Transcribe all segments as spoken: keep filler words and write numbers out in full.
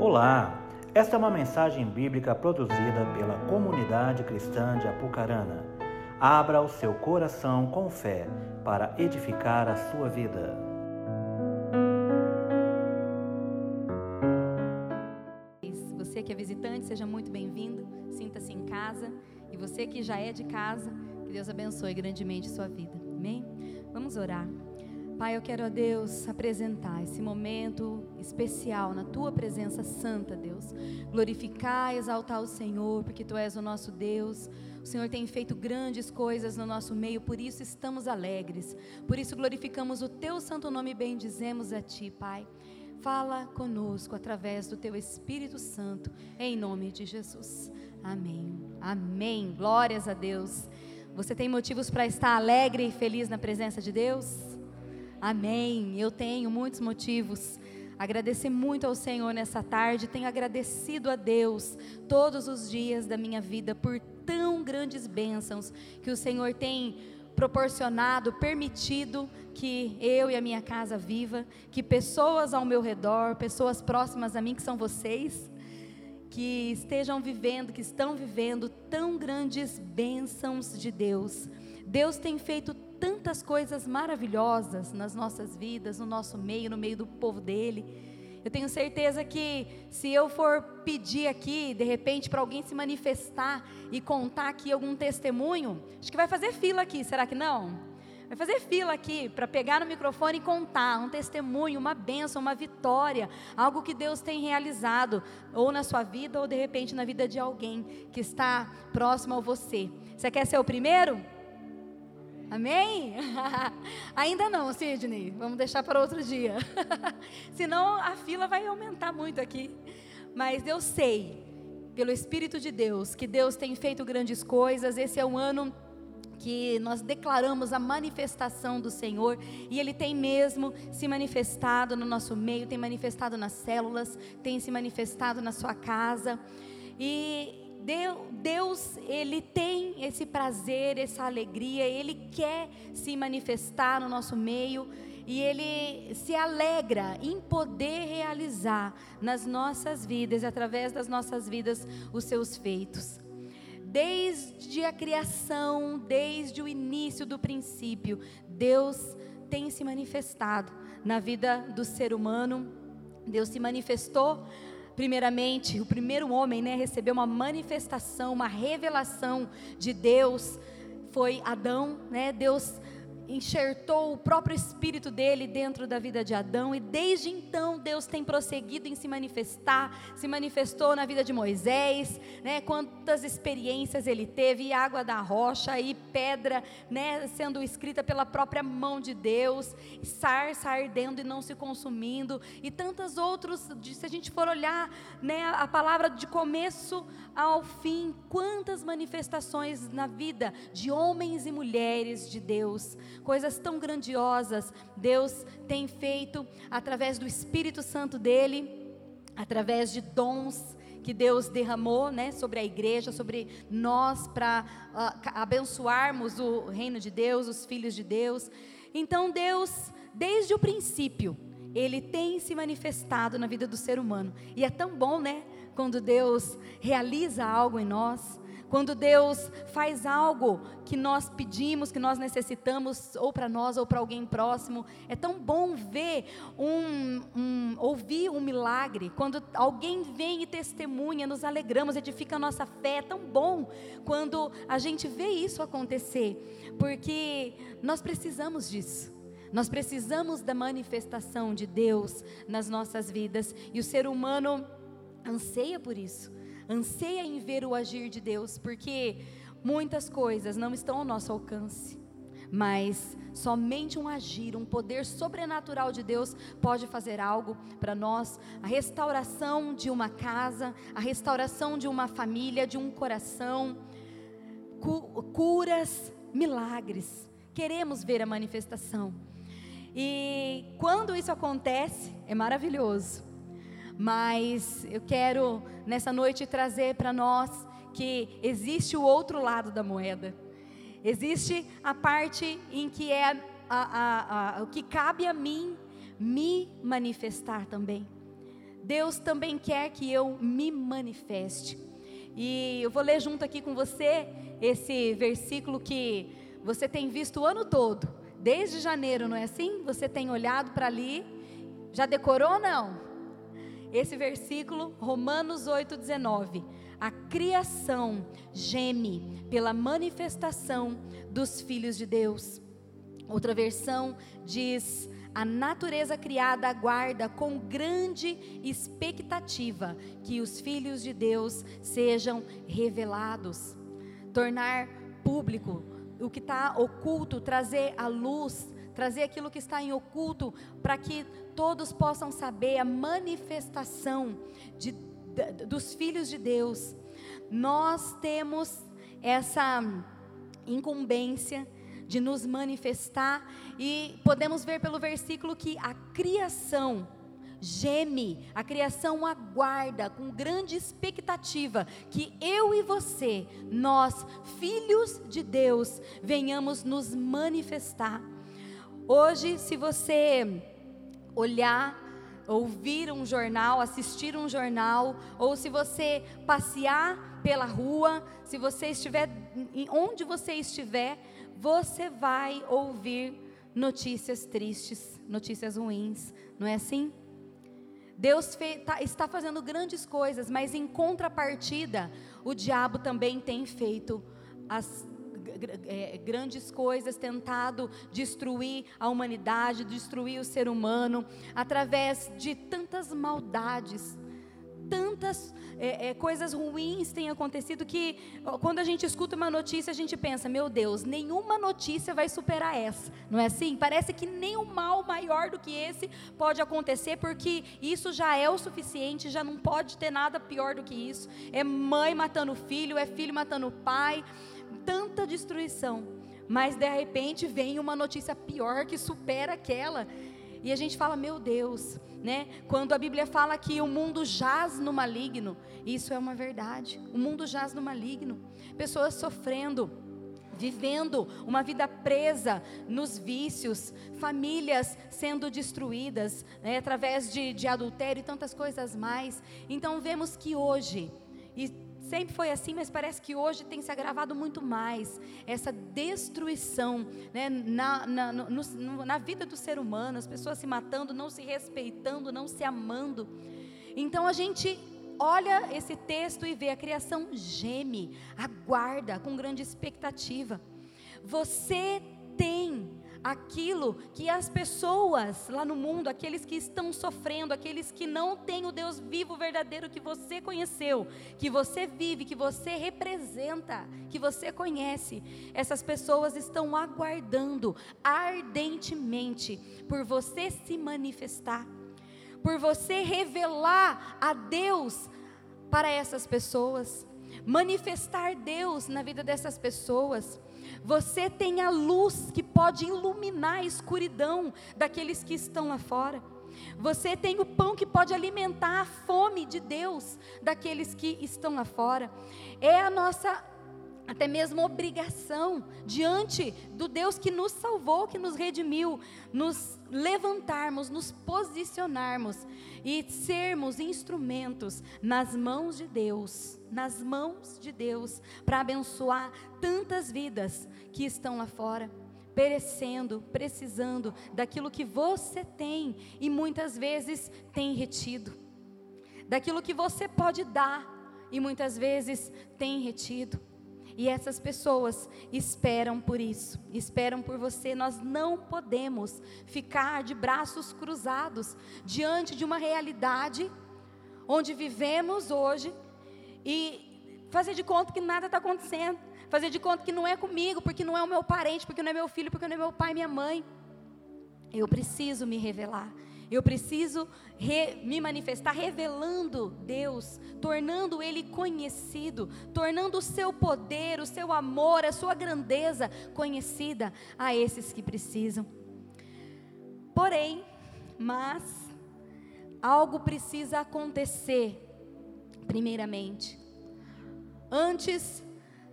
Olá, esta é uma mensagem bíblica produzida pela Comunidade Cristã de Apucarana. Abra o seu coração com fé para edificar a sua vida. Você que é visitante, seja muito bem-vindo, sinta-se em casa. E você que já é de casa, que Deus abençoe grandemente sua vida, amém? Vamos orar. Pai, eu quero a Deus apresentar esse momento especial na Tua presença santa, Deus. Glorificar, exaltar o Senhor, porque Tu és o nosso Deus. O Senhor tem feito grandes coisas no nosso meio, por isso estamos alegres. Por isso glorificamos o Teu santo nome e bendizemos a Ti, Pai. Fala conosco através do Teu Espírito Santo, em nome de Jesus. Amém. Amém. Glórias a Deus. Você tem motivos para estar alegre e feliz na presença de Deus? Amém, eu tenho muitos motivos, agradecer muito ao Senhor nessa tarde, tenho agradecido a Deus todos os dias da minha vida por tão grandes bênçãos que o Senhor tem proporcionado, permitido que eu e a minha casa viva, que pessoas ao meu redor, pessoas próximas a mim, que são vocês, que estejam vivendo, que estão vivendo tão grandes bênçãos de Deus. Deus tem feito tantas coisas maravilhosas nas nossas vidas, no nosso meio, no meio do povo dele. Eu tenho certeza que se eu for pedir aqui, de repente, para alguém se manifestar e contar aqui algum testemunho, acho que vai fazer fila aqui, será que não? Vai fazer fila aqui para pegar no microfone e contar um testemunho, uma bênção, uma vitória, algo que Deus tem realizado, ou na sua vida, ou de repente na vida de alguém que está próximo a você. Você quer ser o primeiro? Amém? Ainda não, Sidney, vamos deixar para outro dia, senão a fila vai aumentar muito aqui, mas eu sei, pelo Espírito de Deus, que Deus tem feito grandes coisas. Esse é um ano que nós declaramos a manifestação do Senhor, e Ele tem mesmo se manifestado no nosso meio, tem manifestado nas células, tem se manifestado na sua casa, e Deus, Ele tem esse prazer, essa alegria, Ele quer se manifestar no nosso meio, e Ele se alegra em poder realizar nas nossas vidas, através das nossas vidas, os seus feitos. Desde a criação, desde o início do princípio, Deus tem se manifestado na vida do ser humano. Deus se manifestou. Primeiramente, o primeiro homem, né, recebeu uma manifestação, uma revelação de Deus, foi Adão, né? Deus enxertou o próprio Espírito dele dentro da vida de Adão, e desde então Deus tem prosseguido em se manifestar, se manifestou na vida de Moisés, né? Quantas experiências ele teve, e água da rocha, e pedra, né, sendo escrita pela própria mão de Deus, sarça ardendo e não se consumindo, e tantos outros. Se a gente for olhar, né, a palavra de começo ao fim, quantas manifestações na vida de homens e mulheres de Deus, coisas tão grandiosas Deus tem feito através do Espírito Santo dele, através de dons que Deus derramou, né, sobre a igreja, sobre nós, para uh, abençoarmos o reino de Deus, os filhos de Deus. Então Deus, desde o princípio, Ele tem se manifestado na vida do ser humano, e é tão bom, né, quando Deus realiza algo em nós, quando Deus faz algo que nós pedimos, que nós necessitamos, ou para nós, ou para alguém próximo. É tão bom ver, um, um, ouvir um milagre, quando alguém vem e testemunha, nos alegramos, edifica a nossa fé. É tão bom quando a gente vê isso acontecer, porque nós precisamos disso. Nós precisamos da manifestação de Deus nas nossas vidas, e o ser humano anseia por isso, anseia em ver o agir de Deus, porque muitas coisas não estão ao nosso alcance, mas somente um agir, um poder sobrenatural de Deus pode fazer algo para nós. A restauração de uma casa, a restauração de uma família, de um coração, cu- curas, milagres. Queremos ver a manifestação, e quando isso acontece, é maravilhoso. Mas eu quero nessa noite trazer para nós que existe o outro lado da moeda. Existe a parte em que é a, a, a, o que cabe a mim me manifestar também. Deus também quer que eu me manifeste. E eu vou ler junto aqui com você esse versículo que você tem visto o ano todo, desde janeiro, não é assim? Você tem olhado para ali, já decorou ou não? Esse versículo, Romanos oito, dezenove. A criação geme pela manifestação dos filhos de Deus. Outra versão diz: a natureza criada aguarda com grande expectativa que os filhos de Deus sejam revelados. Tornar público o que está oculto, trazer à luz, trazer aquilo que está em oculto, para que todos possam saber a manifestação de, de, dos filhos de Deus. Nós temos essa incumbência de nos manifestar, e podemos ver pelo versículo que a criação geme, a criação aguarda com grande expectativa que eu e você, nós, filhos de Deus, venhamos nos manifestar. Hoje, se você olhar, ouvir um jornal, assistir um jornal, ou se você passear pela rua, se você estiver, onde você estiver, você vai ouvir notícias tristes, notícias ruins, não é assim? Deus fe, tá, está fazendo grandes coisas, mas em contrapartida, o diabo também tem feito as é, grandes coisas, tentado destruir a humanidade, destruir o ser humano, através de tantas maldades, tantas é, é, coisas ruins têm acontecido, que quando a gente escuta uma notícia, a gente pensa, meu Deus, nenhuma notícia vai superar essa, não é assim? Parece que nenhum mal maior do que esse pode acontecer, porque isso já é o suficiente, já não pode ter nada pior do que isso. É mãe matando filho, é filho matando pai, tanta destruição, mas de repente vem uma notícia pior que supera aquela, e a gente fala, meu Deus, né? Quando a Bíblia fala que o mundo jaz no maligno, isso é uma verdade. O mundo jaz no maligno, pessoas sofrendo, vivendo uma vida presa nos vícios, famílias sendo destruídas, né? Através de, de adultério e tantas coisas mais. Então vemos que hoje, e sempre foi assim, mas parece que hoje tem se agravado muito mais essa destruição, né, na, na, no, no, na vida do ser humano, as pessoas se matando, não se respeitando, não se amando. Então a gente olha esse texto e vê a criação geme, aguarda com grande expectativa. Você tem aquilo que as pessoas lá no mundo, aqueles que estão sofrendo, aqueles que não têm o Deus vivo, verdadeiro, que você conheceu, que você vive, que você representa, que você conhece, essas pessoas estão aguardando ardentemente por você se manifestar, por você revelar a Deus para essas pessoas, manifestar Deus na vida dessas pessoas. Você tem a luz que pode iluminar a escuridão daqueles que estão lá fora. Você tem o pão que pode alimentar a fome de Deus daqueles que estão lá fora. É a nossa, até mesmo, obrigação diante do Deus que nos salvou, que nos redimiu, nos levantarmos, nos posicionarmos e sermos instrumentos nas mãos de Deus, nas mãos de Deus, para abençoar tantas vidas que estão lá fora, perecendo, precisando daquilo que você tem e muitas vezes tem retido, daquilo que você pode dar e muitas vezes tem retido. E essas pessoas esperam por isso, esperam por você. Nós não podemos ficar de braços cruzados diante de uma realidade onde vivemos hoje e fazer de conta que nada está acontecendo, fazer de conta que não é comigo, porque não é o meu parente, porque não é meu filho, porque não é meu pai e minha mãe. Eu preciso me revelar, eu preciso re, me manifestar, revelando Deus, tornando Ele conhecido, tornando o seu poder, o seu amor, a sua grandeza conhecida a esses que precisam. Porém, mas, algo precisa acontecer, primeiramente, antes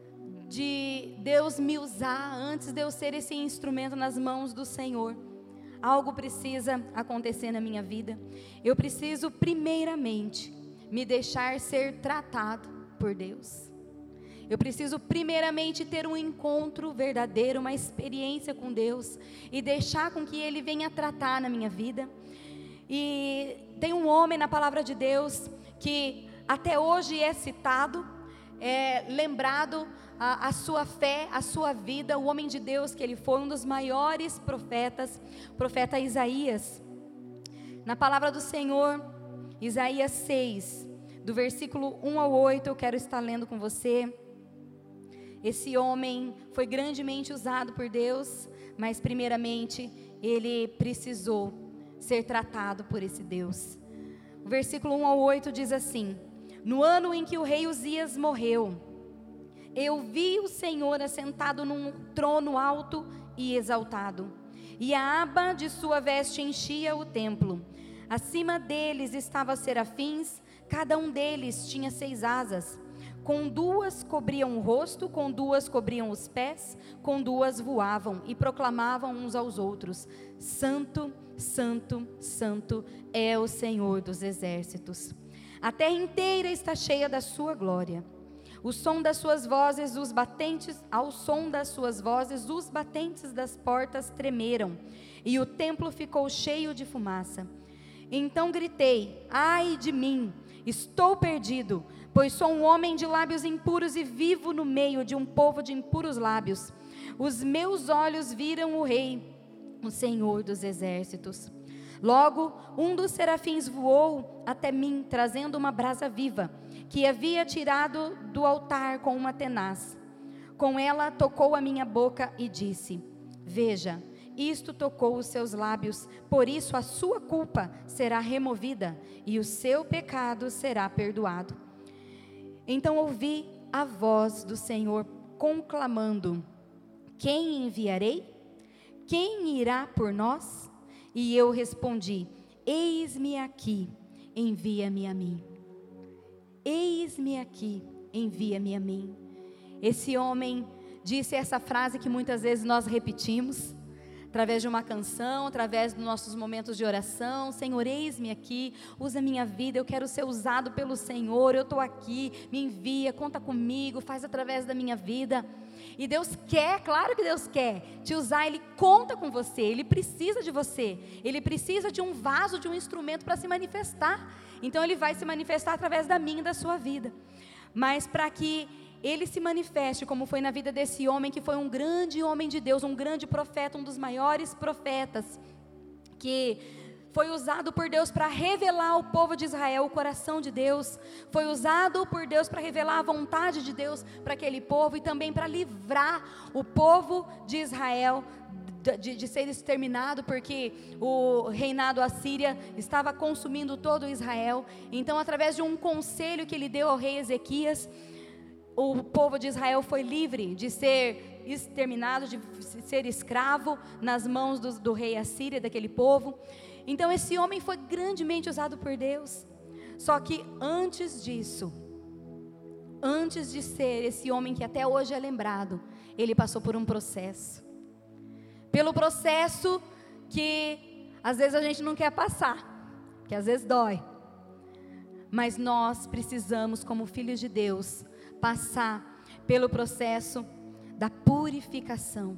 de Deus me usar, antes de eu ser esse instrumento nas mãos do Senhor. algo precisa acontecer na minha vida. Eu preciso primeiramente me deixar ser tratado por Deus. Eu preciso primeiramente ter um encontro verdadeiro, uma experiência com Deus, e deixar com que Ele venha tratar na minha vida. E tem um homem na palavra de Deus que até hoje é citado, é lembrado a, a sua fé, a sua vida, o homem de Deus que ele foi, um dos maiores profetas, o profeta Isaías. Na palavra do Senhor, Isaías seis, do versículo um ao oito, eu quero estar lendo com você. Esse homem foi grandemente usado por Deus, mas primeiramente ele precisou ser tratado por esse Deus. O versículo um ao oito diz assim: no ano em que o rei Uzias morreu, eu vi o Senhor assentado num trono alto e exaltado, e a aba de sua veste enchia o templo. Acima deles estavam serafins, cada um deles tinha seis asas. Com duas cobriam o rosto, com duas cobriam os pés, com duas voavam e proclamavam uns aos outros: Santo, Santo, Santo é o Senhor dos exércitos. A terra inteira está cheia da sua glória. O som das suas vozes, os batentes, ao som das suas vozes, os batentes das portas tremeram, e o templo ficou cheio de fumaça. Então gritei: ai de mim, estou perdido, pois sou um homem de lábios impuros e vivo no meio de um povo de impuros lábios. Os meus olhos viram o Rei, o Senhor dos exércitos. Logo, um dos serafins voou até mim, trazendo uma brasa viva, que havia tirado do altar com uma tenaz. Com ela tocou a minha boca e disse: veja, isto tocou os seus lábios, por isso a sua culpa será removida e o seu pecado será perdoado. Então ouvi a voz do Senhor conclamando: quem enviarei? Quem irá por nós? E eu respondi: eis-me aqui, envia-me a mim. Eis-me aqui, envia-me a mim. Esse homem disse essa frase que muitas vezes nós repetimos, através de uma canção, através dos nossos momentos de oração: Senhor, eis-me aqui, usa minha vida, eu quero ser usado pelo Senhor, eu estou aqui, me envia, conta comigo, faz através da minha vida. E Deus quer, claro que Deus quer te usar, Ele conta com você, Ele precisa de você, Ele precisa de um vaso, de um instrumento para se manifestar. Então Ele vai se manifestar através da minha e da sua vida. Mas para que Ele se manifeste, como foi na vida desse homem, que foi um grande homem de Deus, um grande profeta, um dos maiores profetas, que foi usado por Deus para revelar ao povo de Israel o coração de Deus, foi usado por Deus para revelar a vontade de Deus para aquele povo, e também para livrar o povo de Israel de, de ser exterminado, porque o reinado assíria estava consumindo todo Israel. Então, através de um conselho que ele deu ao rei Ezequias, o povo de Israel foi livre de ser exterminado, de ser escravo nas mãos do, do rei assírio, daquele povo. Então esse homem foi grandemente usado por Deus. Só que antes disso, antes de ser esse homem que até hoje é lembrado, ele passou por um processo. Pelo processo que às vezes a gente não quer passar, que às vezes dói. Mas nós precisamos, como filhos de Deus, passar pelo processo da purificação.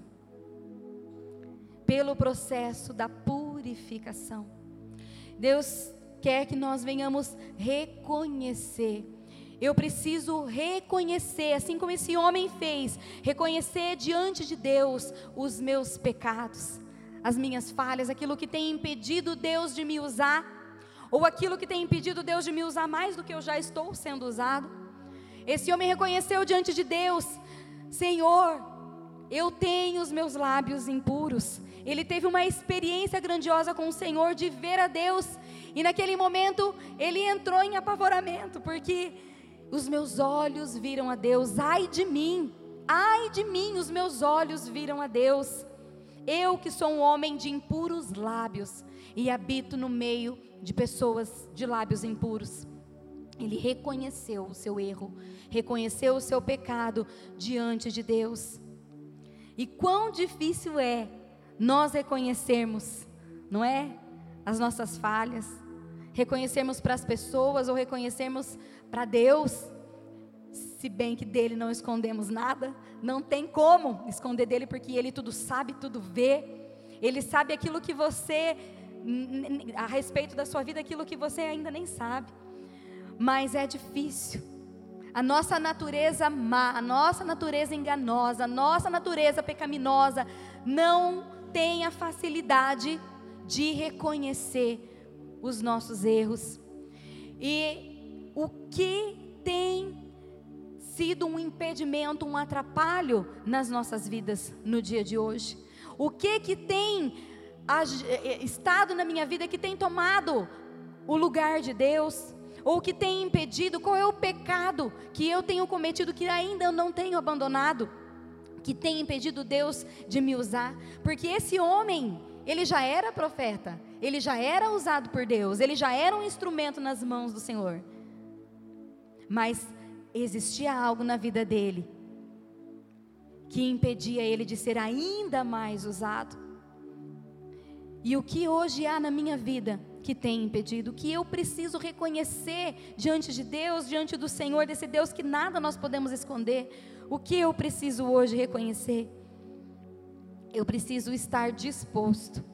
Pelo processo da purificação. Deus quer que nós venhamos reconhecer. Eu preciso reconhecer, assim como esse homem fez, reconhecer diante de Deus os meus pecados, as minhas falhas, aquilo que tem impedido Deus de me usar, ou aquilo que tem impedido Deus de me usar mais do que eu já estou sendo usado. Esse homem reconheceu diante de Deus: Senhor, eu tenho os meus lábios impuros. Ele teve uma experiência grandiosa com o Senhor, de ver a Deus, e naquele momento ele entrou em apavoramento, porque os meus olhos viram a Deus. Ai de mim, ai de mim, os meus olhos viram a Deus. Eu que sou um homem de impuros lábios e habito no meio de pessoas de lábios impuros. Ele reconheceu o seu erro, reconheceu o seu pecado diante de Deus. E quão difícil é nós reconhecermos não é? As nossas falhas, reconhecermos para as pessoas ou reconhecermos para Deus, se bem que dele não escondemos nada, não tem como esconder dele, porque ele tudo sabe, tudo vê, ele sabe aquilo que você, a respeito da sua vida, aquilo que você ainda nem sabe, mas é difícil. A nossa natureza má, a nossa natureza enganosa, a nossa natureza pecaminosa não tem a facilidade de reconhecer os nossos erros. E o que tem sido um impedimento, um atrapalho nas nossas vidas no dia de hoje? O que que tem estado na minha vida que tem tomado o lugar de Deus? Ou que tem impedido? Qual é o pecado que eu tenho cometido, que ainda eu não tenho abandonado, que tem impedido Deus de me usar? Porque esse homem, ele já era profeta, ele já era usado por Deus, ele já era um instrumento nas mãos do Senhor, mas existia algo na vida dele, que impedia ele de ser ainda mais usado. E o que hoje há na minha vida que tem impedido, que eu preciso reconhecer diante de Deus, diante do Senhor, desse Deus que nada nós podemos esconder? O que eu preciso hoje reconhecer? Eu preciso estar disposto,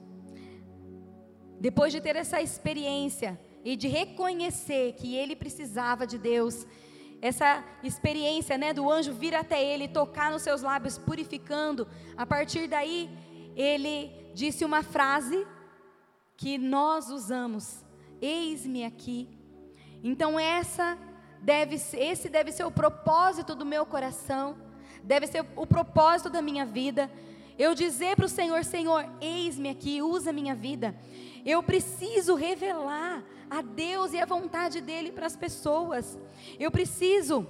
depois de ter essa experiência e de reconhecer que ele precisava de Deus, essa experiência, né, do anjo vir até ele, tocar nos seus lábios, purificando. A partir daí, ele disse uma frase que nós usamos: eis-me aqui. Então essa deve ser, esse deve ser o propósito do meu coração, deve ser o propósito da minha vida. Eu dizer para o Senhor: Senhor, eis-me aqui, usa a minha vida. Eu preciso revelar a Deus e a vontade dEle para as pessoas. Eu preciso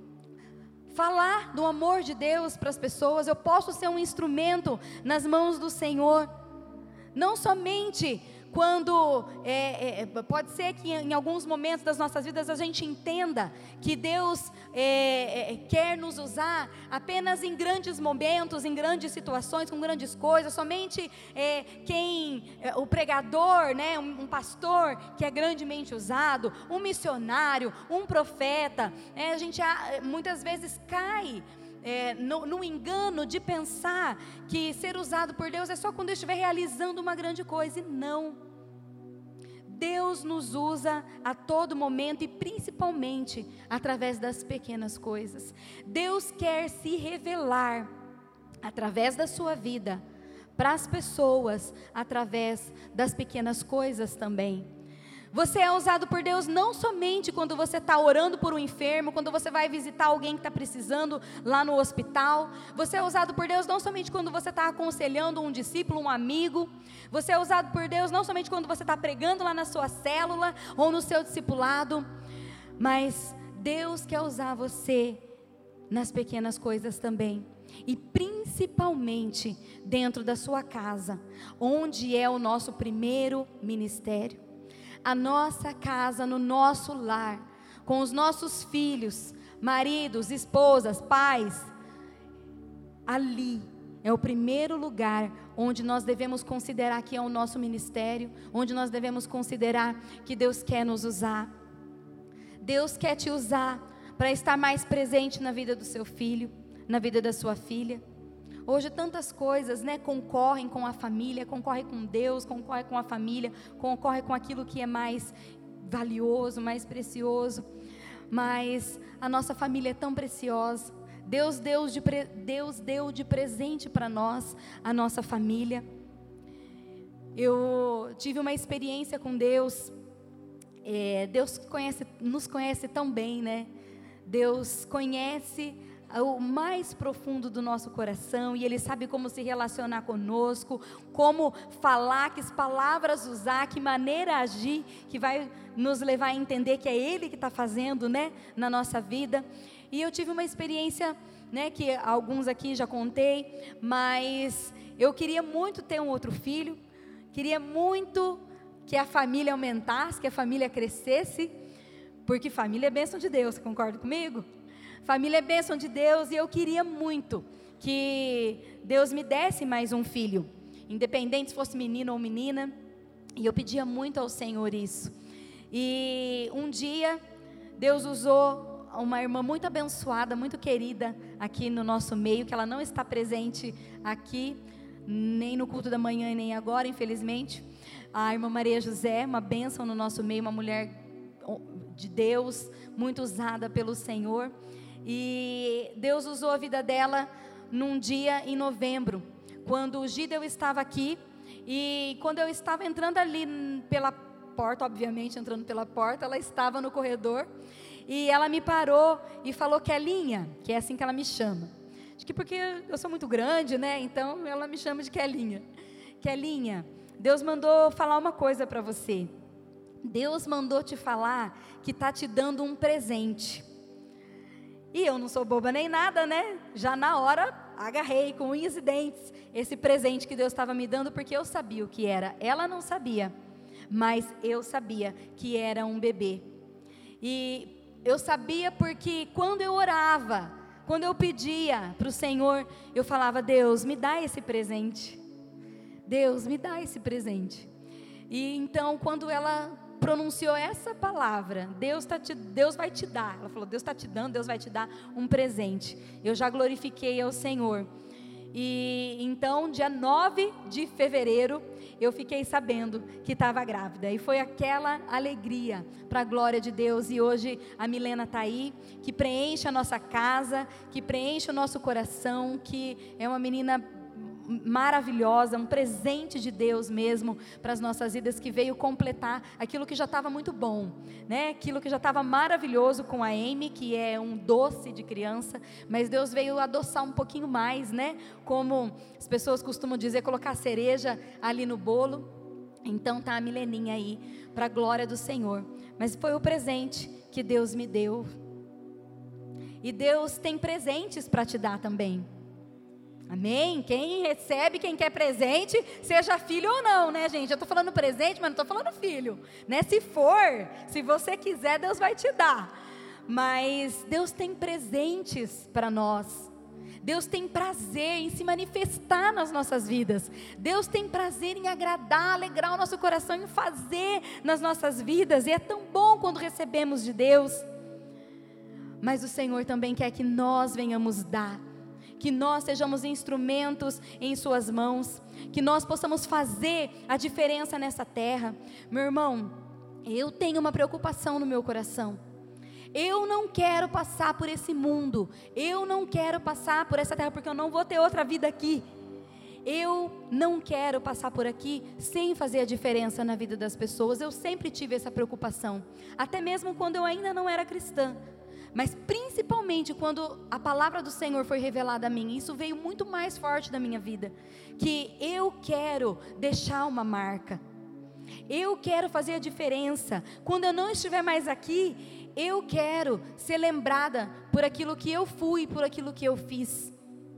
falar do amor de Deus para as pessoas. Eu posso ser um instrumento nas mãos do Senhor. Não somente quando, é, é, pode ser que em alguns momentos das nossas vidas a gente entenda que Deus é, é, quer nos usar apenas em grandes momentos, em grandes situações, com grandes coisas, somente é, quem, é, o pregador, né, um, um pastor que é grandemente usado, um missionário, um profeta. É, a gente muitas vezes cai É, no, no engano de pensar que ser usado por Deus é só quando eu estiver realizando uma grande coisa. E não, Deus nos usa a todo momento, e principalmente através das pequenas coisas. Deus quer se revelar através da sua vida para as pessoas, através das pequenas coisas também. Você é usado por Deus não somente quando você está orando por um enfermo, quando você vai visitar alguém que está precisando lá no hospital. Você é usado por Deus não somente quando você está aconselhando um discípulo, um amigo. Você é usado por Deus não somente quando você está pregando lá na sua célula ou no seu discipulado. Mas Deus quer usar você nas pequenas coisas também. E principalmente dentro da sua casa, onde é o nosso primeiro ministério. A nossa casa, no nosso lar, com os nossos filhos, maridos, esposas, pais. Ali é o primeiro lugar onde nós devemos considerar que é o nosso ministério, onde nós devemos considerar que Deus quer nos usar. Deus quer te usar para estar mais presente na vida do seu filho, na vida da sua filha. Hoje tantas coisas, né, concorrem com a família, concorrem com Deus, concorrem com a família, concorrem com aquilo que é mais valioso, mais precioso. Mas a nossa família é tão preciosa. Deus deu de, pre... Deus deu de presente para nós a nossa família. Eu tive uma experiência com Deus. É, Deus conhece, nos conhece tão bem, né? Deus conhece o mais profundo do nosso coração, e Ele sabe como se relacionar conosco, como falar, que palavras usar, que maneira agir, que vai nos levar a entender que é Ele que está fazendo, né, na nossa vida. E eu tive uma experiência, né, que alguns aqui já contei, mas eu queria muito ter um outro filho, queria muito que a família aumentasse, que a família crescesse, porque família é bênção de Deus, você concorda comigo? Família é bênção de Deus, e eu queria muito que Deus me desse mais um filho, independente se fosse menino ou menina. E eu pedia muito ao Senhor isso. E um dia, Deus usou uma irmã muito abençoada, muito querida aqui no nosso meio, que ela não está presente aqui, nem no culto da manhã e nem agora, infelizmente. A irmã Maria José, uma bênção no nosso meio, uma mulher de Deus, muito usada pelo Senhor. E Deus usou a vida dela num dia em novembro, quando o Gideon estava aqui. E quando eu estava entrando ali pela porta, obviamente entrando pela porta, ela estava no corredor. E ela me parou e falou: Kelinha, que é assim que ela me chama. Acho que porque eu sou muito grande, né? Então ela me chama de Kelinha. Kelinha, Deus mandou falar uma coisa para você. Deus mandou te falar que está te dando um presente. E eu não sou boba nem nada, né? Já na hora, agarrei com unhas e dentes esse presente que Deus estava me dando, porque eu sabia o que era. Ela não sabia, mas eu sabia que era um bebê. E eu sabia porque quando eu orava, quando eu pedia para o Senhor, eu falava: Deus, me dá esse presente. Deus, me dá esse presente. E então, quando ela pronunciou essa palavra, Deus, tá te, Deus vai te dar, ela falou: Deus está te dando, Deus vai te dar um presente. Eu já glorifiquei ao Senhor. E então, dia nove de fevereiro, eu fiquei sabendo que estava grávida, e foi aquela alegria para a glória de Deus. E hoje a Milena está aí, que preenche a nossa casa, que preenche o nosso coração, que é uma menina maravilhosa, um presente de Deus mesmo para as nossas vidas, que veio completar aquilo que já estava muito bom, né? Aquilo que já estava maravilhoso com a Amy, que é um doce de criança, mas Deus veio adoçar um pouquinho mais, né? Como as pessoas costumam dizer, colocar cereja ali no bolo. Então tá a Mileninha aí, para a glória do Senhor. Mas foi o presente que Deus me deu. E Deus tem presentes para te dar também. Amém? Quem recebe, quem quer presente, seja filho ou não, né, gente? Eu estou falando presente, mas não estou falando filho, né? Se for, se você quiser, Deus vai te dar. Mas Deus tem presentes para nós. Deus tem prazer em se manifestar nas nossas vidas. Deus tem prazer em agradar, alegrar o nosso coração, em fazer nas nossas vidas. E é tão bom quando recebemos de Deus. Mas o Senhor também quer que nós venhamos dar, que nós sejamos instrumentos em suas mãos, que nós possamos fazer a diferença nessa terra. Meu irmão, eu tenho uma preocupação no meu coração. Eu não quero passar por esse mundo, eu não quero passar por essa terra, porque eu não vou ter outra vida aqui. Eu não quero passar por aqui sem fazer a diferença na vida das pessoas. Eu sempre tive essa preocupação, até mesmo quando eu ainda não era cristã. Mas principalmente quando a palavra do Senhor foi revelada a mim, isso veio muito mais forte da minha vida, que eu quero deixar uma marca, eu quero fazer a diferença. Quando eu não estiver mais aqui, eu quero ser lembrada por aquilo que eu fui, por aquilo que eu fiz.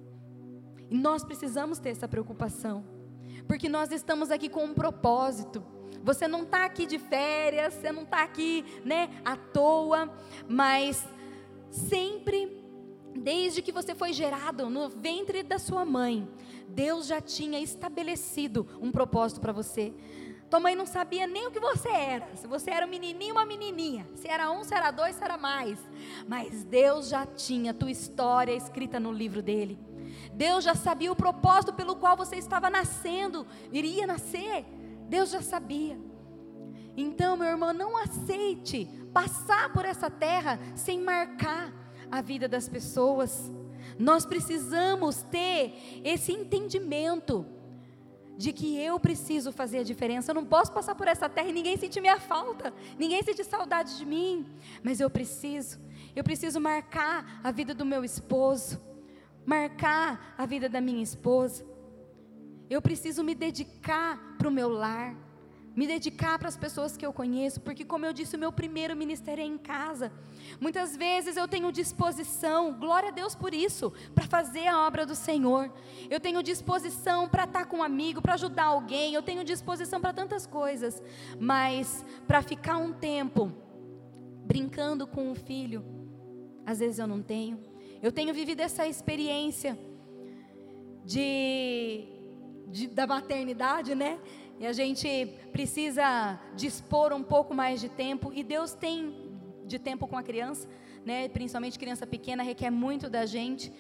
E nós precisamos ter essa preocupação, porque nós estamos aqui com um propósito. Você não está aqui de férias, você não está aqui, né, à toa, mas sempre, desde que você foi gerado no ventre da sua mãe, Deus já tinha estabelecido um propósito para você. Tua mãe não sabia nem o que você era, se você era um menininho ou uma menininha, se era um, se era dois, se era mais, mas Deus já tinha a tua história escrita no livro dele. Deus já sabia o propósito pelo qual você estava nascendo, iria nascer. Deus já sabia. Então, meu irmão, não aceite passar por essa terra sem marcar a vida das pessoas. Nós precisamos ter esse entendimento de que eu preciso fazer a diferença. Eu não posso passar por essa terra e ninguém sentir minha falta, ninguém sentir saudade de mim, mas eu preciso, eu preciso marcar a vida do meu esposo, marcar a vida da minha esposa. Eu preciso me dedicar para o meu lar, me dedicar para as pessoas que eu conheço, porque, como eu disse, o meu primeiro ministério é em casa. Muitas vezes eu tenho disposição, glória a Deus por isso, para fazer a obra do Senhor. Eu tenho disposição para estar com um amigo, para ajudar alguém, eu tenho disposição para tantas coisas, mas para ficar um tempo brincando com o filho, às vezes eu não tenho. Eu tenho vivido essa experiência de, de, da maternidade, né? e a gente precisa dispor um pouco mais de tempo, e Deus tem de tempo com a criança, né? Principalmente criança pequena requer muito da gente,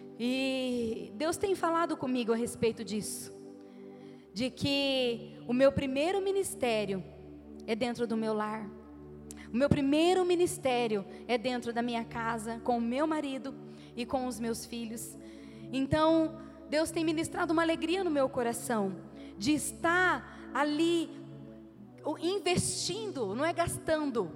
e Deus tem falado comigo a respeito disso, de que o meu primeiro ministério é dentro do meu lar, o meu primeiro ministério é dentro da minha casa, com o meu marido e com os meus filhos. Então Deus tem ministrado uma alegria no meu coração, de estar ali investindo, não é gastando,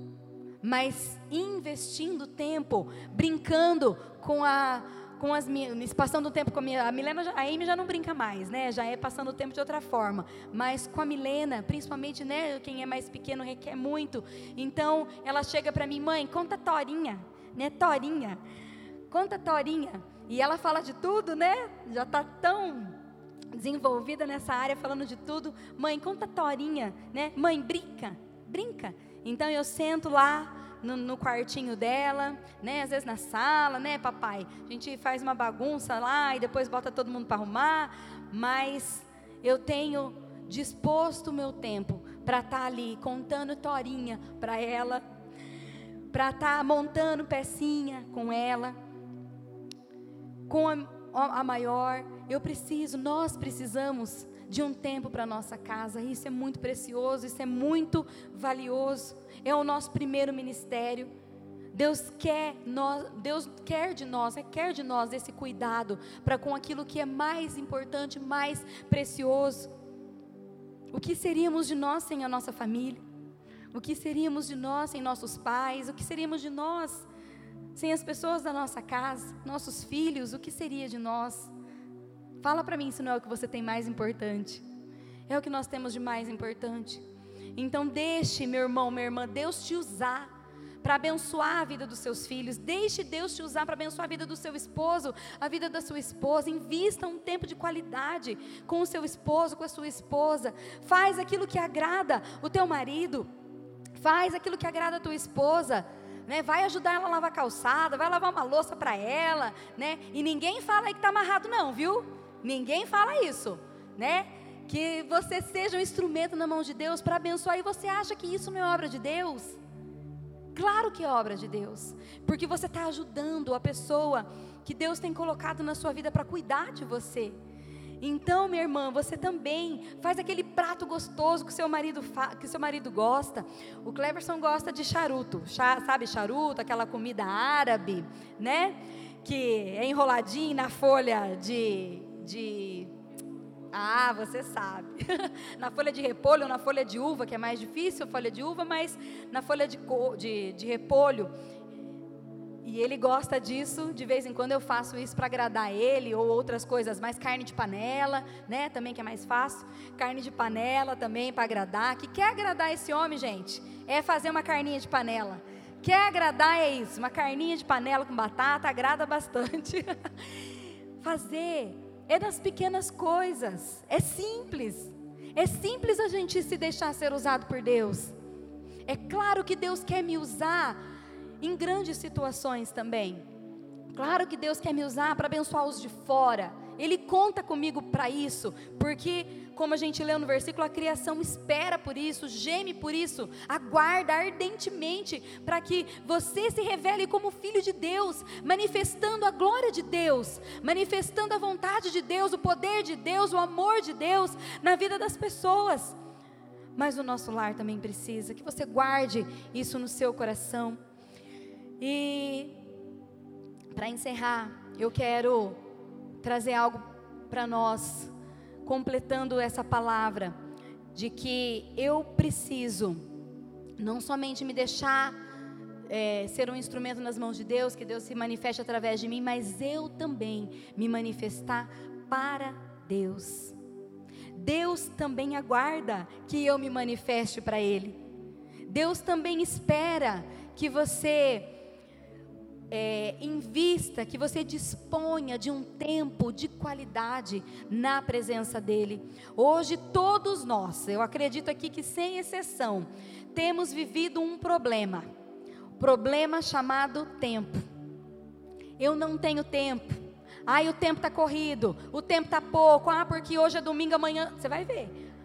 mas investindo tempo, brincando com a com as minhas, passando o tempo com a minha, a Milena, a Amy já não brinca mais, né, já é passando o tempo de outra forma, mas com a Milena, principalmente, né, quem é mais pequeno requer muito, então ela chega para mim, mãe, conta Torinha, né, Torinha, conta Torinha, e ela fala de tudo, né, já está tão desenvolvida nessa área, falando de tudo, mãe, conta Torinha, né, mãe, brinca, brinca, então eu sento lá, No, no quartinho dela, né, às vezes na sala, né, papai, a gente faz uma bagunça lá, e depois bota todo mundo para arrumar, mas eu tenho disposto o meu tempo, para estar ali, contando Torinha para ela, para estar montando pecinha com ela, com a, a maior, eu preciso, nós precisamos de um tempo para nossa casa, isso é muito precioso, isso é muito valioso, é o nosso primeiro ministério, Deus quer, nós, Deus quer de nós, é, quer de nós esse cuidado, para com aquilo que é mais importante, mais precioso. O que seríamos de nós sem a nossa família? O que seríamos de nós sem nossos pais? O que seríamos de nós sem as pessoas da nossa casa, nossos filhos? O que seria de nós? Fala para mim se não é o que você tem mais importante. É o que nós temos de mais importante. Então deixe, meu irmão, minha irmã, Deus te usar para abençoar a vida dos seus filhos. Deixe Deus te usar para abençoar a vida do seu esposo, a vida da sua esposa. Invista um tempo de qualidade com o seu esposo, com a sua esposa. Faz aquilo que agrada o teu marido. Faz aquilo que agrada a tua esposa. Né? Vai ajudar ela a lavar a calçada, vai lavar uma louça para ela, né? E ninguém fala aí que está amarrado não, viu? Ninguém fala isso, né? Que você seja um instrumento na mão de Deus para abençoar, e você acha que isso não é obra de Deus? Claro que é obra de Deus, porque você está ajudando a pessoa que Deus tem colocado na sua vida para cuidar de você. Então, minha irmã, você também faz aquele prato gostoso que seu marido fa- que seu marido gosta. O Cleverson gosta de charuto, Chá, sabe charuto, aquela comida árabe, né? Que é enroladinho na folha de, de... Ah, você sabe. Na folha de repolho ou na folha de uva, que é mais difícil, folha de uva, mas na folha de, co- de, de repolho. E ele gosta disso, de vez em quando eu faço isso para agradar ele, ou outras coisas mais, carne de panela, né, também que é mais fácil, carne de panela também para agradar. Que quer agradar esse homem, gente, é fazer uma carninha de panela. Quer agradar é isso, uma carninha de panela com batata, agrada bastante. Fazer é das pequenas coisas, é simples, é simples a gente se deixar ser usado por Deus. É claro que Deus quer me usar em grandes situações também. Claro que Deus quer me usar para abençoar os de fora. Ele conta comigo para isso, porque, como a gente leu no versículo, a criação espera por isso, geme por isso, aguarda ardentemente para que você se revele como filho de Deus, manifestando a glória de Deus, manifestando a vontade de Deus, o poder de Deus, o amor de Deus na vida das pessoas. Mas o nosso lar também precisa que você guarde isso no seu coração. E para encerrar, eu quero trazer algo para nós, completando essa palavra, de que eu preciso não somente me deixar é, ser um instrumento nas mãos de Deus, que Deus se manifeste através de mim, mas eu também me manifestar para Deus. Deus também aguarda que eu me manifeste para Ele. Deus também espera que você É, invista, que você disponha de um tempo de qualidade na presença dEle. Hoje todos nós, eu acredito aqui que sem exceção, temos vivido um problema, problema chamado tempo. Eu não tenho tempo, ai o tempo está corrido, o tempo está pouco, ah porque hoje é domingo, amanhã, você vai ver,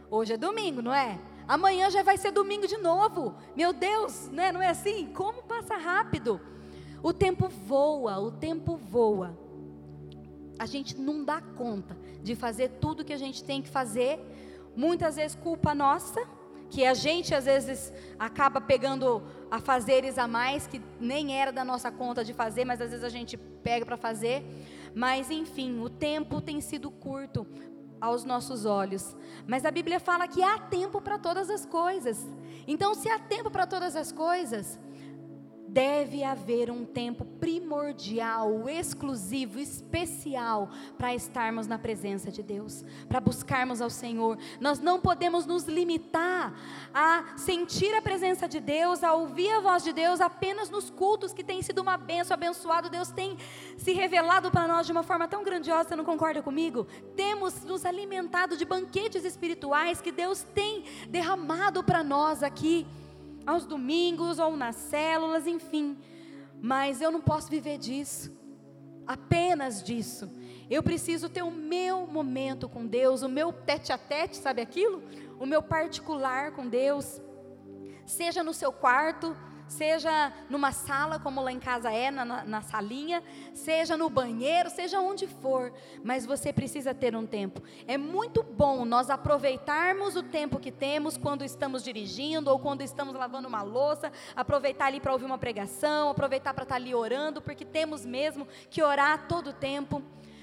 Hoje é domingo, não é? Amanhã já vai ser domingo de novo. Meu Deus, né? Não é assim? Como passa rápido. O tempo voa, o tempo voa. A gente não dá conta de fazer tudo que a gente tem que fazer. Muitas vezes culpa nossa, que a gente às vezes acaba pegando afazeres a mais, que nem era da nossa conta de fazer, mas às vezes a gente pega para fazer. Mas enfim, o tempo tem sido curto aos nossos olhos. Mas a Bíblia fala que há tempo para todas as coisas. Então, se há tempo para todas as coisas, deve haver um tempo primordial, exclusivo, especial, para estarmos na presença de Deus, para buscarmos ao Senhor. Nós não podemos nos limitar a sentir a presença de Deus, a ouvir a voz de Deus apenas nos cultos, que tem sido uma bênção, abençoado. Deus tem se revelado para nós de uma forma tão grandiosa. Você não concorda comigo? Temos nos alimentado de banquetes espirituais que Deus tem derramado para nós aqui, aos domingos ou nas células, enfim. Mas eu não posso viver disso, apenas disso. Eu preciso ter o meu momento com Deus, o meu tete a tete, sabe aquilo? O meu particular com Deus, seja no seu quarto, seja numa sala, como lá em casa é, na, na salinha, seja no banheiro, seja onde for, mas você precisa ter um tempo. É muito bom nós aproveitarmos o tempo que temos, quando estamos dirigindo, ou quando estamos lavando uma louça, aproveitar ali para ouvir uma pregação, aproveitar para estar ali orando, porque temos mesmo que orar todo o tempo.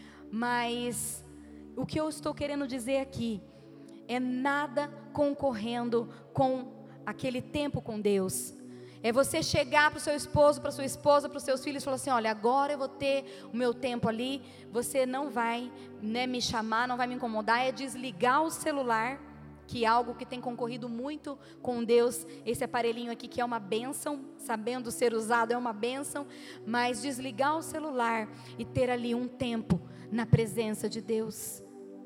Mas o que eu estou querendo dizer aqui, é nada concorrendo com aquele tempo com Deus. É você chegar para o seu esposo, para a sua esposa, para os seus filhos e falar assim: olha, agora eu vou ter o meu tempo ali, você não vai, né, me chamar, não vai me incomodar. É desligar o celular, que é algo que tem concorrido muito com Deus. Esse aparelhinho aqui que é uma bênção, sabendo ser usado é uma bênção, mas desligar o celular e ter ali um tempo na presença de Deus.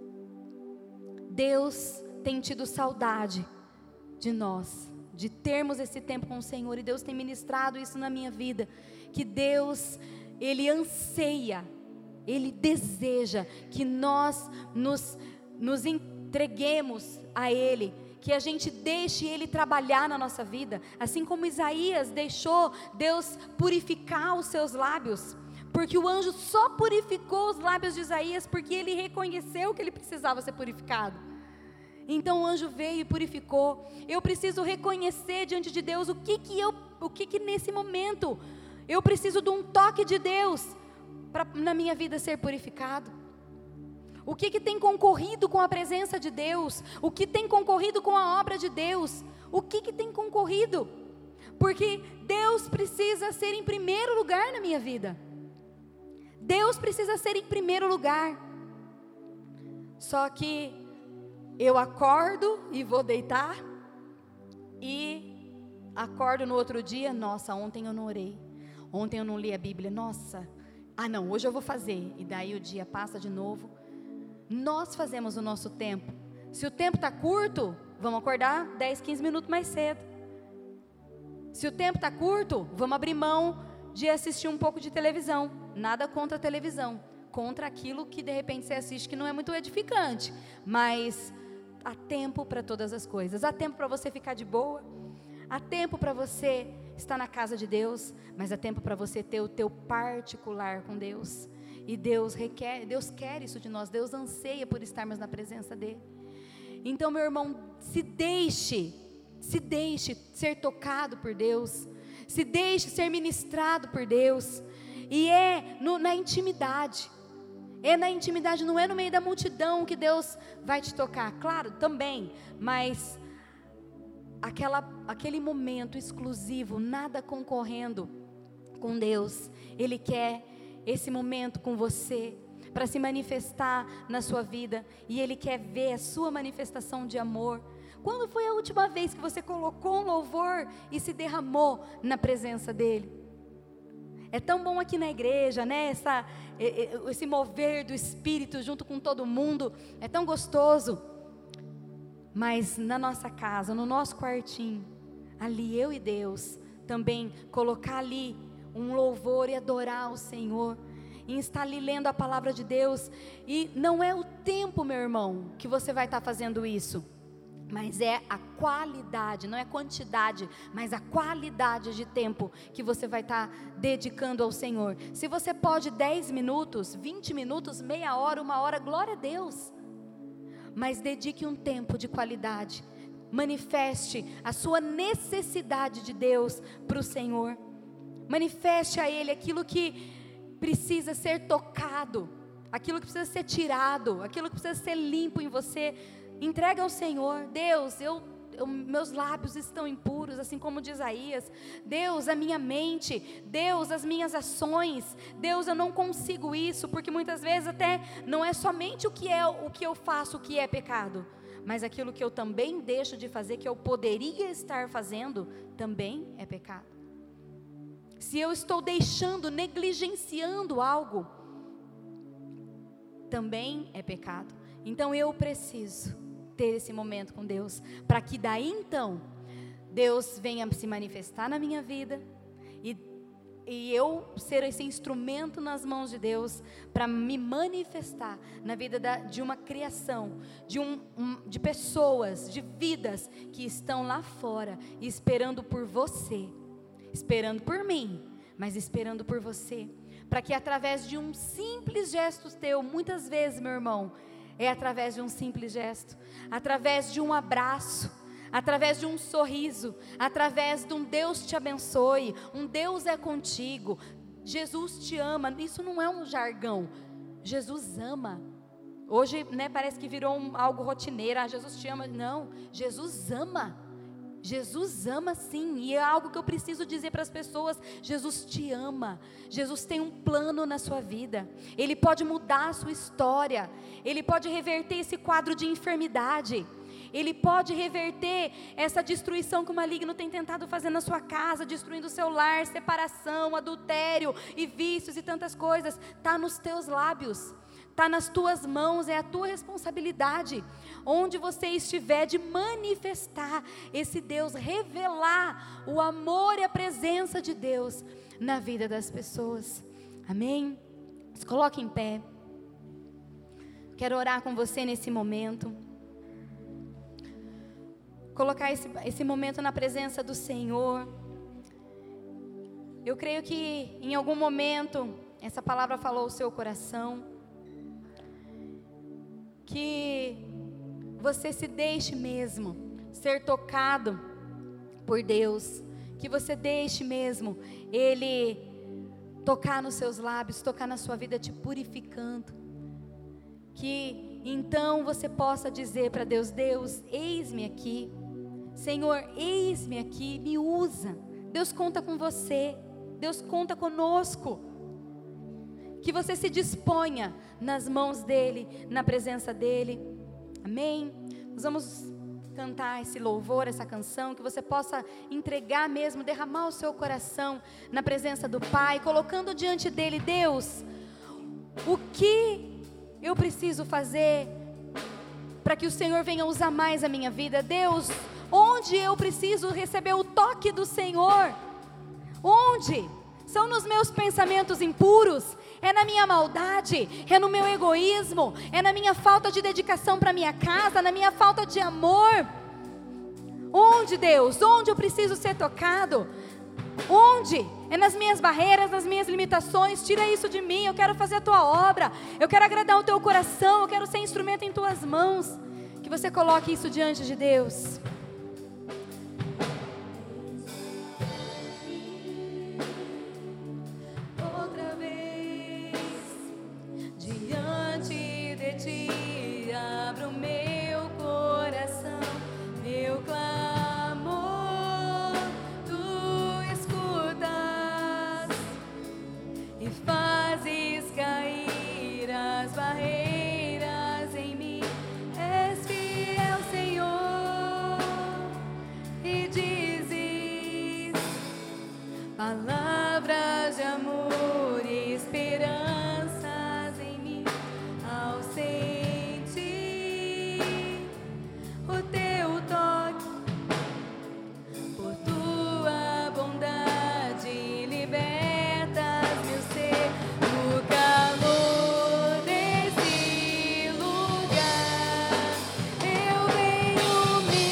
Deus tem tido saudade de nós, de termos esse tempo com o Senhor, e Deus tem ministrado isso na minha vida, que Deus, Ele anseia, Ele deseja que nós nos, nos entreguemos a Ele, que a gente deixe Ele trabalhar na nossa vida, assim como Isaías deixou Deus purificar os seus lábios, porque o anjo só purificou os lábios de Isaías, porque ele reconheceu que ele precisava ser purificado. Então o anjo veio e purificou. Eu preciso reconhecer diante de Deus o que que eu, o que que nesse momento eu preciso de um toque de Deus para na minha vida ser purificado. O que que tem concorrido com a presença de Deus? O que tem concorrido com a obra de Deus? O que que tem concorrido? Porque Deus precisa ser em primeiro lugar na minha vida. Deus precisa ser em primeiro lugar. Só que eu acordo e vou deitar, e acordo no outro dia, nossa, ontem eu não orei, ontem eu não li a Bíblia, nossa, ah não, hoje eu vou fazer, e daí o dia passa de novo. Nós fazemos o nosso tempo. Se o tempo está curto, vamos acordar dez, quinze minutos mais cedo. Se o tempo está curto, vamos abrir mão de assistir um pouco de televisão. Nada contra a televisão, contra aquilo que de repente você assiste que não é muito edificante, mas há tempo para todas as coisas. Há tempo para você ficar de boa, há tempo para você estar na casa de Deus, mas há tempo para você ter o teu particular com Deus. E Deus requer, Deus quer isso de nós, Deus anseia por estarmos na presença dEle. Então, meu irmão, se deixe, se deixe ser tocado por Deus, se deixe ser ministrado por Deus, e é no, na intimidade, é na intimidade, não é no meio da multidão que Deus vai te tocar, claro, também, mas aquela, aquele momento exclusivo, nada concorrendo com Deus. Ele quer esse momento com você, para se manifestar na sua vida, e Ele quer ver a sua manifestação de amor. Quando foi a última vez que você colocou um louvor e se derramou na presença dEle? É tão bom aqui na igreja, né? Essa, esse mover do Espírito junto com todo mundo, é tão gostoso. Mas na nossa casa, no nosso quartinho, ali eu e Deus, também colocar ali um louvor e adorar o Senhor, e estar ali lendo a palavra de Deus. E não é o tempo, meu irmão, que você vai estar fazendo isso. mas é a qualidade, não é quantidade, mas a qualidade de tempo que você vai estar dedicando ao Senhor. Se você pode dez minutos, vinte minutos, meia hora, uma hora, glória a Deus, mas dedique um tempo de qualidade, manifeste a sua necessidade de Deus para o Senhor, manifeste a Ele aquilo que precisa ser tocado, aquilo que precisa ser tirado, aquilo que precisa ser limpo em você. Entrega ao Senhor. Deus, eu, eu, meus lábios estão impuros, assim como de Isaías. Deus, a minha mente. Deus, as minhas ações. Deus, eu não consigo isso, porque muitas vezes até não é somente o que é o que eu faço, o que é pecado, mas aquilo que eu também deixo de fazer, que eu poderia estar fazendo, também é pecado. Se eu estou deixando, negligenciando algo, também é pecado. Então eu preciso ter esse momento com Deus, para que daí então, Deus venha se manifestar na minha vida, e, e eu ser esse instrumento nas mãos de Deus, para me manifestar na vida da, de uma criação, de, um, um, de pessoas, de vidas, que estão lá fora, esperando por você, esperando por mim, mas esperando por você, para que através de um simples gesto teu, muitas vezes, meu irmão, é através de um simples gesto, através de um abraço, através de um sorriso, através de um Deus te abençoe, um Deus é contigo, Jesus te ama. Isso não é um jargão, Jesus ama. Hoje, né, parece que virou um, algo rotineiro. Ah, Jesus te ama. Não, Jesus ama. Jesus ama sim, e é algo que eu preciso dizer para as pessoas. Jesus te ama, Jesus tem um plano na sua vida, Ele pode mudar a sua história, Ele pode reverter esse quadro de enfermidade, Ele pode reverter essa destruição que o maligno tem tentado fazer na sua casa, destruindo o seu lar, separação, adultério e vícios e tantas coisas. Está nos teus lábios, está nas tuas mãos, é a tua responsabilidade, onde você estiver, de manifestar esse Deus, revelar o amor e a presença de Deus na vida das pessoas. Amém? Se coloque em pé. Quero orar com você nesse momento, colocar esse, esse momento na presença do Senhor. Eu creio que em algum momento essa palavra falou ao seu coração, que você se deixe mesmo ser tocado por Deus, que você deixe mesmo Ele tocar nos seus lábios, tocar na sua vida, te purificando, que então você possa dizer para Deus: Deus, eis-me aqui, Senhor, eis-me aqui, me usa. Deus conta com você, Deus conta conosco. Que você se disponha nas mãos dEle, na presença dEle. Amém? Nós vamos cantar esse louvor, essa canção, que você possa entregar mesmo, derramar o seu coração na presença do Pai, colocando diante dEle: Deus, o que eu preciso fazer para que o Senhor venha usar mais a minha vida? Deus, onde eu preciso receber o toque do Senhor? Onde? São nos meus pensamentos impuros? É na minha maldade? É no meu egoísmo? É na minha falta de dedicação para minha casa? Na minha falta de amor? Onde, Deus? Onde eu preciso ser tocado? Onde? É nas minhas barreiras, nas minhas limitações. Tira isso de mim, eu quero fazer a tua obra, eu quero agradar o teu coração, eu quero ser instrumento em tuas mãos. Que você coloque isso diante de Deus. Abra o meu coração, meu clamor, tu escutas e fazes cair as barreiras em mim. És fiel, Senhor, e dizes palavras de amor e esperanças em mim. Ao sentir o teu toque, por tua bondade libertas meu ser. No calor desse lugar eu venho me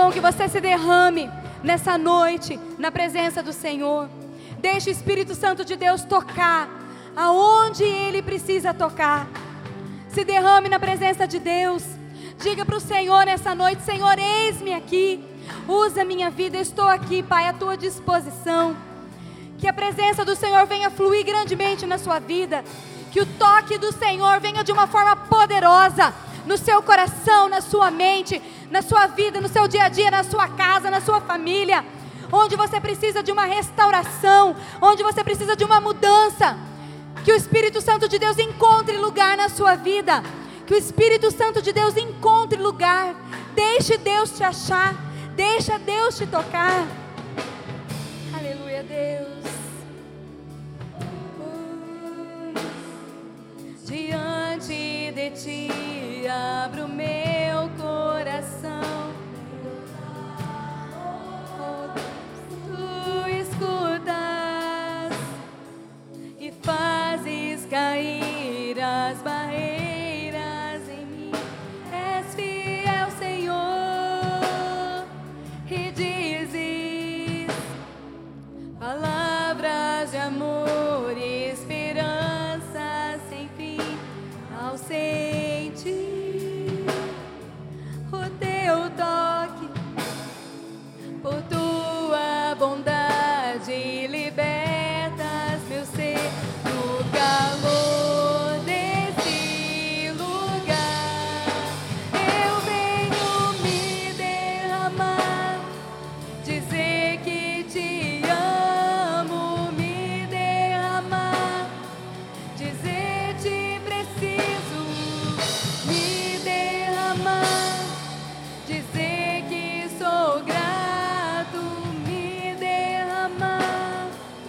irmão, que você se derrame nessa noite na presença do Senhor. Deixe o Espírito Santo de Deus tocar aonde Ele precisa tocar. Se derrame na presença de Deus. Diga para o Senhor nessa noite: Senhor, eis-me aqui, usa a minha vida, eu estou aqui, Pai, à tua disposição. Que a presença do Senhor venha fluir grandemente na sua vida, que o toque do Senhor venha de uma forma poderosa no seu coração, na sua mente, na sua vida, no seu dia a dia, na sua casa, na sua família, onde você precisa de uma restauração, onde você precisa de uma mudança. Que o Espírito Santo de Deus encontre lugar na sua vida, que o Espírito Santo de Deus encontre lugar. Deixe Deus te achar, deixa Deus te tocar. Aleluia, Deus. Diante de ti abro meu coração. Tu escutas e fazes cair as barreiras em mim. És fiel, Senhor, e dizes palavras de amor e esperança sem fim. Ao sentir o teu toque, por tua bondade libertas meu ser no calor desse lugar. Eu venho me derramar, dizer que te amo, me derramar, dizer te preciso, me derramar, dizer que sou grato, me derramar.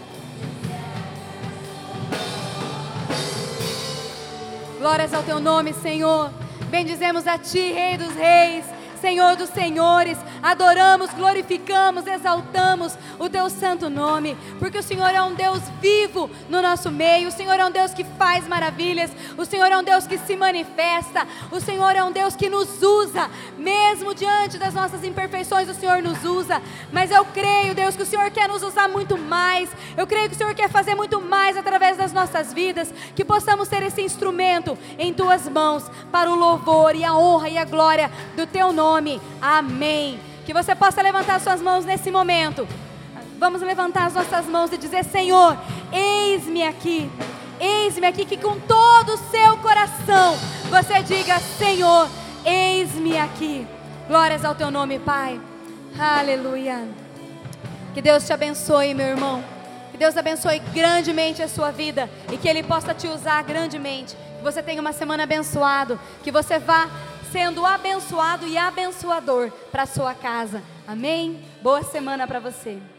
Glórias ao teu nome, Senhor. Bendizemos a ti, Rei dos reis, Senhor dos senhores. Adoramos, glorificamos, exaltamos o teu santo nome, porque o Senhor é um Deus vivo no nosso meio. O Senhor é um Deus que faz maravilhas. O Senhor é um Deus que se manifesta. O Senhor é um Deus que nos usa, mesmo diante das nossas imperfeições. O Senhor nos usa, mas eu creio, Deus, que o Senhor quer nos usar muito mais. Eu creio que o Senhor quer fazer muito mais através das nossas vidas, que possamos ser esse instrumento em tuas mãos, para o louvor e a honra e a glória do teu nome. Amém. Que você possa levantar suas mãos nesse momento. Vamos levantar as nossas mãos e dizer: Senhor, eis-me aqui. Eis-me aqui. Que com todo o seu coração você diga: Senhor, eis-me aqui. Glórias ao teu nome, Pai. Aleluia. Que Deus te abençoe, meu irmão. Que Deus abençoe grandemente a sua vida e que Ele possa te usar grandemente. Que você tenha uma semana abençoada. Que você vá sendo abençoado e abençoador para a sua casa. Amém? Boa semana para você.